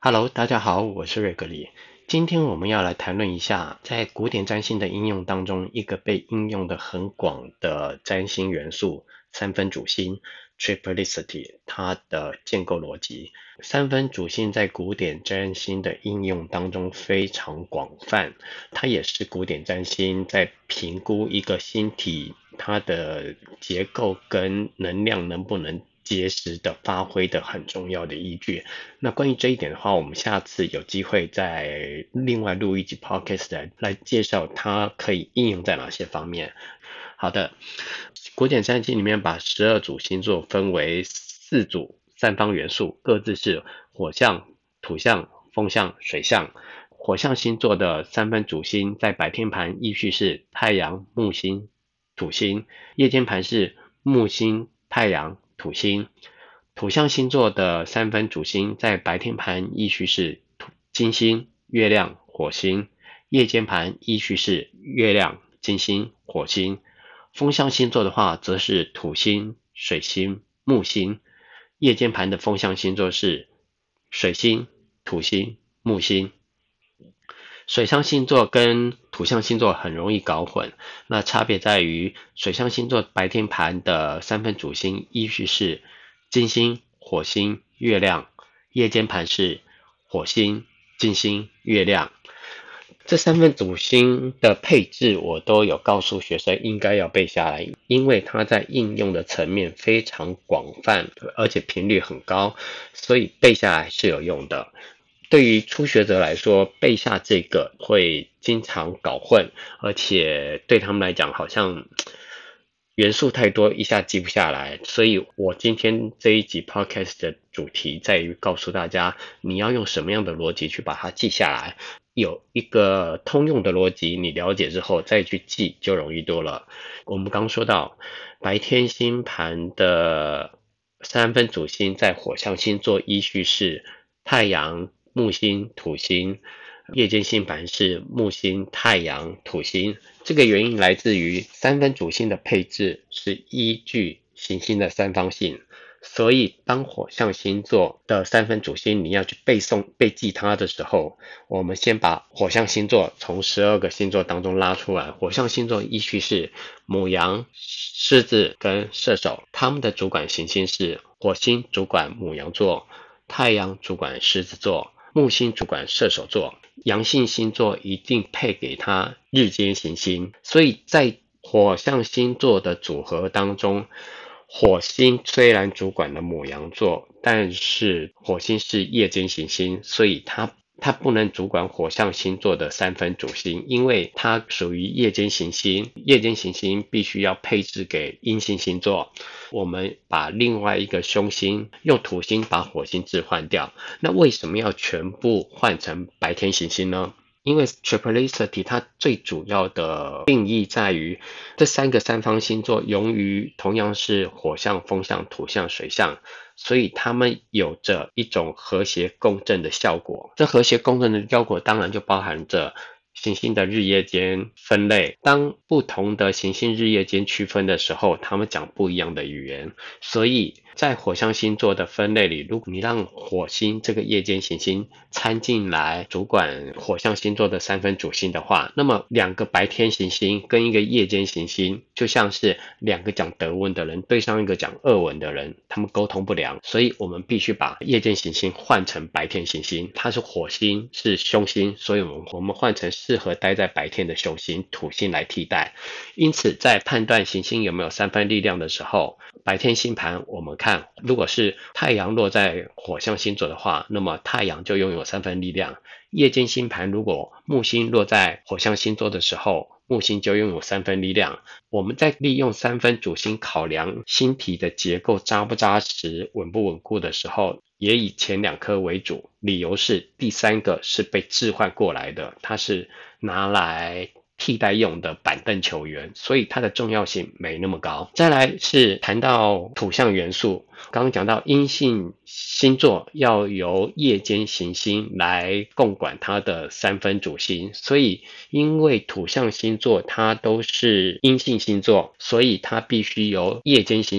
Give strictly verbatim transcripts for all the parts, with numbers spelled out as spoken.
Hello，大家好，我是瑞格里。今天我们要来谈论一下，在古典占星的应用当中，一个被应用的很广的占星元素——三分主星 （Triplicity） 它的建构逻辑。三分主星在古典占星的应用当中非常广泛，它也是古典占星在评估一个星体它的结构跟能量能不能结实的发挥的很重要的依据。那关于这一点的话，我们下次有机会再另外录一集 podcast 来来介绍它可以应用在哪些方面。好的，古典占星里面把十二组星座分为四组三方元素，各自是火象、土象、风象、水象。火象星座的三分主星在白天盘依序是太阳、木星、土星，夜间盘是木星、太阳、土星。土象星座的三分主星在白天盘依序是金星、月亮、火星，夜间盘依序是月亮、金星、火星。风象星座的话则是土星、水星、木星，夜间盘的风象星座是水星、土星、木星。水象星座跟土象星座很容易搞混，那差别在于水象星座白天盘的三分主星依序是金星、火星、月亮，夜间盘是火星、金星、月亮。这三分主星的配置我都有告诉学生应该要背下来，因为它在应用的层面非常广泛，而且频率很高，所以背下来是有用的。对于初学者来说，背下这个会经常搞混，而且对他们来讲好像元素太多，一下记不下来。所以我今天这一集 podcast 的主题在于告诉大家，你要用什么样的逻辑去把它记下来。有一个通用的逻辑，你了解之后再去记就容易多了。我们刚说到白天星盘的三分主星在火象星座依序是太阳、木星、土星，夜间星盘是木星、太阳、土星。这个原因来自于三分主星的配置是依据行星的三方性，所以当火象星座的三分主星你要去背诵背记它的时候，我们先把火象星座从十二个星座当中拉出来。火象星座依序是牡羊、狮子跟射手，他们的主管行星是火星主管牡羊座，太阳主管狮子座，木星主管射手座。阳性星座一定配给他日间行星，所以在火象星座的组合当中，火星虽然主管了牡羊座，但是火星是夜间行星，所以它它不能主管火象星座的三分主星，因为它属于夜间行星，夜间行星必须要配置给阴性星座。我们把另外一个凶星用土星把火星置换掉，那为什么要全部换成白天行星呢？因为 Triplicity 它最主要的定义在于这三个三方星座由于同样是火象、风象、土象、水象，所以它们有着一种和谐共振的效果。这和谐共振的效果当然就包含着行星的日夜间分类，当不同的行星日夜间区分的时候，他们讲不一样的语言。所以在火象星座的分类里，如果你让火星这个夜间行星参进来主管火象星座的三分主星的话，那么两个白天行星跟一个夜间行星就像是两个讲德文的人对上一个讲俄文的人，他们沟通不良，所以我们必须把夜间行星换成白天行星。它是火星是凶星，所以我们我们换成适合待在白天的凶星土星来替代。因此在判断行星有没有三分力量的时候，白天星盘我们看，如果是太阳落在火象星座的话，那么太阳就拥有三分力量。夜间星盘如果木星落在火象星座的时候，木星就拥有三分力量。我们在利用三分主星考量星体的结构扎不扎实、稳不稳固的时候，也以前两颗为主，理由是第三个是被置换过来的，它是拿来替代用的板凳球员，所以它的重要性没那么高。再来是谈到土象元素，刚刚讲到阴性星座要由夜间行星来共管它的三分主星，所以因为土象星座它都是阴性星座，所以它必须由夜间行星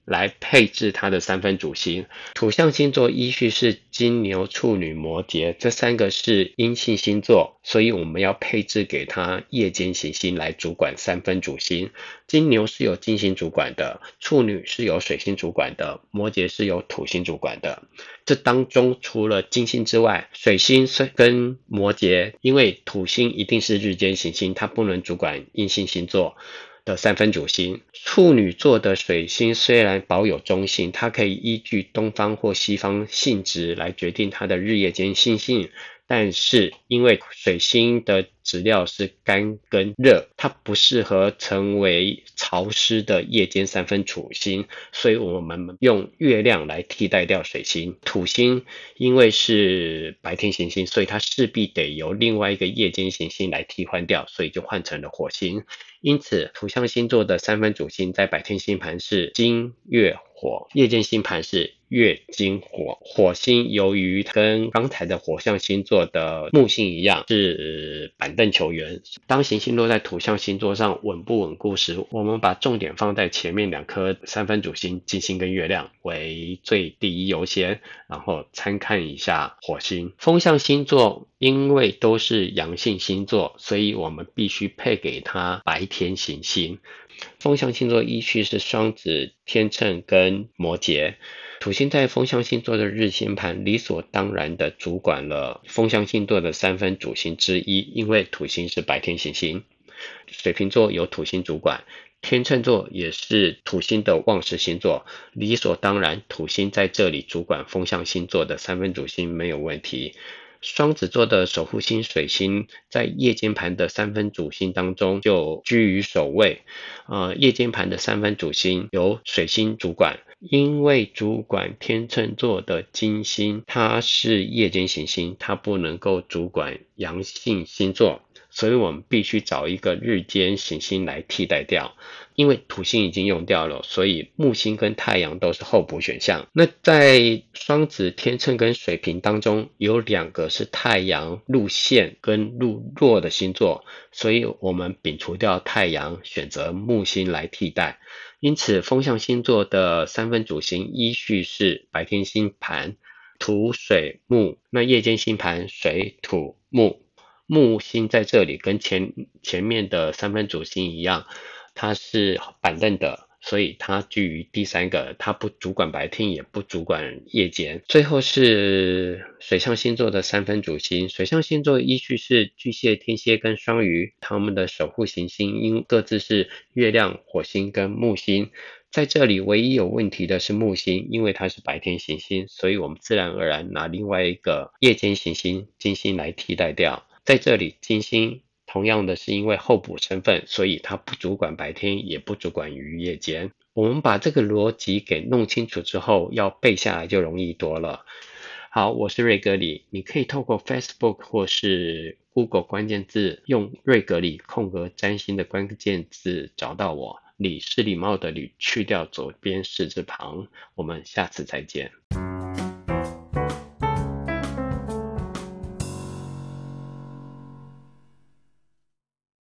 来配置它的三分主星。土象星座依序是金牛、处女、摩羯，这三个是阴性星座，所以我们要配置给它夜间行星来主管三分主星。金牛是由金星主管的，处女是由水星主管的，摩羯是由土星主管的。这当中除了金星之外，水星跟摩羯，因为土星一定是日间行星，它不能主管阴性星座的三分主星。处女座的水星虽然保有中性，它可以依据东方或西方性质来决定它的日夜间星性，但是因为水星的质料是干跟热，它不适合成为潮湿的夜间三分主星，所以我们用月亮来替代掉水星。土星因为是白天行星，所以它势必得由另外一个夜间行星来替换掉，所以就换成了火星。因此土象星座的三分主星在白天星盘是金月火，夜间星盘是月金火。火星由于跟刚才的火象星座的木星一样是板凳球员，当行星落在土象星座上稳不稳固时，我们把重点放在前面两颗三分主星金星跟月亮为最第一优先，然后参看一下火星。风象星座因为都是阳性星座，所以我们必须配给它白天行星。风象星座依序是双子、天秤跟摩羯。土星在风象星座的日星盘理所当然的主管了风象星座的三分主星之一，因为土星是白天行星。水瓶座由土星主管，天秤座也是土星的旺势星座，理所当然土星在这里主管风象星座的三分主星没有问题。双子座的守护星水星在夜间盘的三分主星当中就居于首位，呃，夜间盘的三分主星由水星主管，因为主管天秤座的金星它是夜间行星，它不能够主管阳性星座，所以我们必须找一个日间行星来替代掉。因为土星已经用掉了，所以木星跟太阳都是候补选项。那在双子、天秤跟水瓶当中，有两个是太阳路线跟路弱的星座，所以我们摒除掉太阳，选择木星来替代。因此风象星座的三分主星依序是白天星盘土水木，那夜间星盘水土木。木星在这里跟前前面的三分主星一样，它是板凳的，所以它居于第三个，它不主管白天也不主管夜间。最后是水象星座的三分主星，水象星座依序是巨蟹、天蝎跟双鱼，它们的守护行星因各自是月亮、火星跟木星。在这里唯一有问题的是木星，因为它是白天行星，所以我们自然而然拿另外一个夜间行星金星来替代掉。在这里金星同样的是因为候补身份，所以它不主管白天也不主管于夜间。我们把这个逻辑给弄清楚之后，要背下来就容易多了。好，我是瑞格里，你可以透过 Facebook 或是 Google 关键字用瑞格里空格占星的关键字找到我。礼是礼貌的礼，去掉左边士字旁。我们下次再见。